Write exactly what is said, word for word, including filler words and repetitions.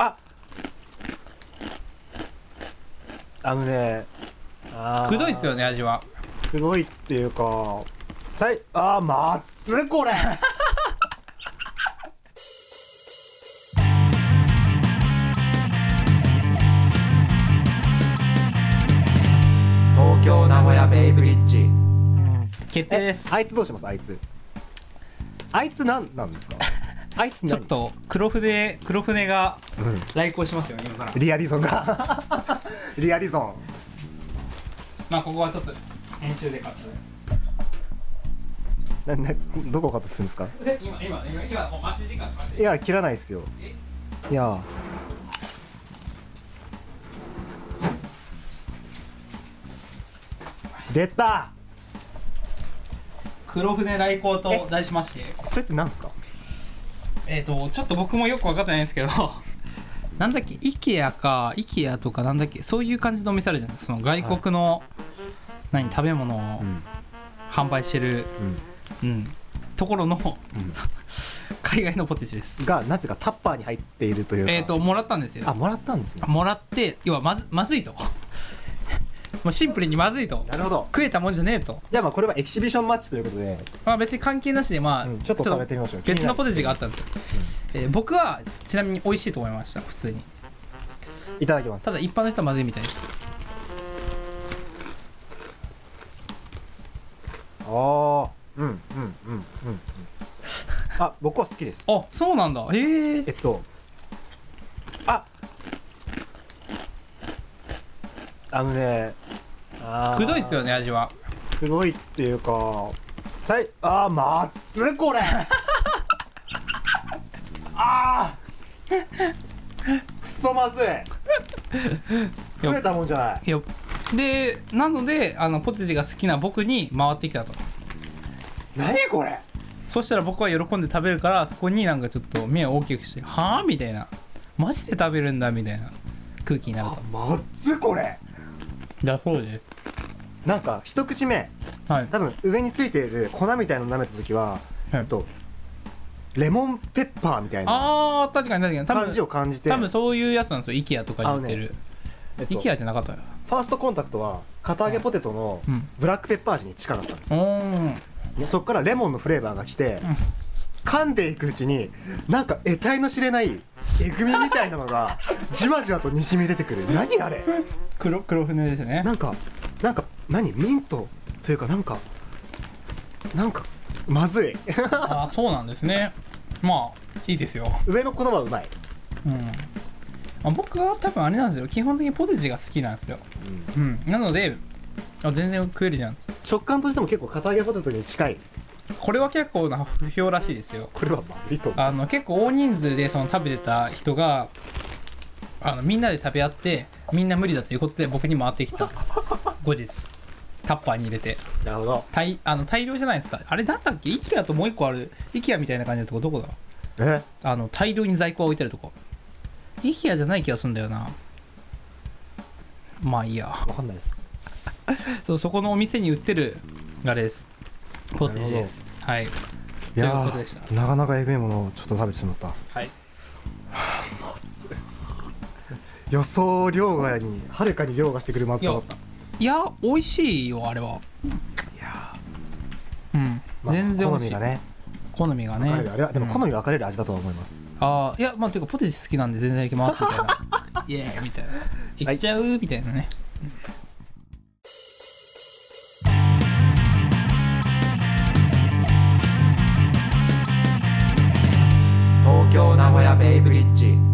ああのねあくどいですよね、味は。 くどいっていうかさいあーまずこれ東京名古屋ベイブリッジ決定です。 あいつどうします？あいつあいつなんなんですか？あいつ何ちょっと黒船黒船がうん来航しますよ今から。 リアリゾンがリアリゾンまあここはちょっと編集でカットななどこカットするんですか？ で。今今今今もう待ち時間とかで。 いや切らないですよ。いや出た。 黒船来航と題しまして、 そいつなんすか？ えっ、とちょっと僕もよく分かってないんですけどなんだっけ IKEA か IKEA とかなんだっけそういう感じのお店あるじゃないですか。その外国の、何食べ物をうん販売してる、 うんうん、ところのうん海外のポテチです。 がなぜかタッパーに入っているというか。 えっ、ともらったんですよ。 あもらったんですね。 もらって要はまずまずいともうシンプルにまずいとなるほど。 食えたもんじゃねえと、 じゃあまあこれはエキシビションマッチということで、 まあ、別に関係なしでまあ、 うんちょっと食べてみましょう。 別のポテチがあっったんですよ、えー僕はちなみに美味しいと思いました。普通に。 いただきます。 ただ一般の人はまずいみたいです。 ああうんうんうんうんうんあ僕は好きです。 あ、そうなんだ。へええっとああのねあーくどいですよね、味は。 くどいっていうかさいあーまずこれあーくそまずい食えたもんじゃない。 いやでなのであのポテチが好きな僕に回ってきたと。 何これそしたら僕は喜んで食べるから、そこになんかちょっと目を大きくして「はあ?」みたいな「マジで食べるんだ」みたいな空気になるあと。 まずこれだそうです。 なんか一口目はい。 多分上についている粉みたいなの舐めた時は、 はいえっとレモンペッパーみたいなあー確かに確かに多感じを分感じて、 多分そういうやつなんですよ。IKEA とかに売ってる、 えっと IKEA じゃなかったよ。 ファーストコンタクトは片揚げポテトのうん。 ブラックペッパー味に近かったんですよ。 おーでそこからレモンのフレーバーが来て、噛んでいくうちになんか得体の知れないえぐみみたいなのがじわじわとにじみ出てくる。何あれ黒黒船ですね。 なんかなんか何ミントというかなんかなんかまずいあーそうなんですね。まあいいですよ。 上の粉はうまい、 うん。まあ、僕は多分あれなんですよ。基本的にポテチが好きなんですよ。うん。なのであ全然食えるじゃん。 食感としても結構片揚げポテトに近い。 これは結構な不評らしいですよ。 これはまずいと思う。 あの結構大人数でその食べてた人があのみんなで食べ合ってみんな無理だということで僕に回ってきた後日タッパーに入れてなるほど。 大あの大量じゃないですか。あれなんだっけ IKEA ともう一個ある IKEA みたいな感じのとこどこだ。 えあの大量に在庫が置いてあるとこ IKEA じゃない気がするんだよな。まあいいや。 わかんないです。 そうそこのお店に売ってるあれですポテチです。はいいというやことでした。 ーなかなかえぐいものをちょっと食べてしまった。 はい。 予想量がにはるかに量がしてくるまずさだった。 いや美味しいよあれは。 いやうん、 ー、まあ全然美味しい。 好みがね好みがね分かれる。あれはでも好うんみ分かれる味だとは思います。 ああいやまあていうかポテチ好きなんで全然いけますみたいなイエーイみたいないっちゃう、みたいなね。 東京名古屋ベイブリッジ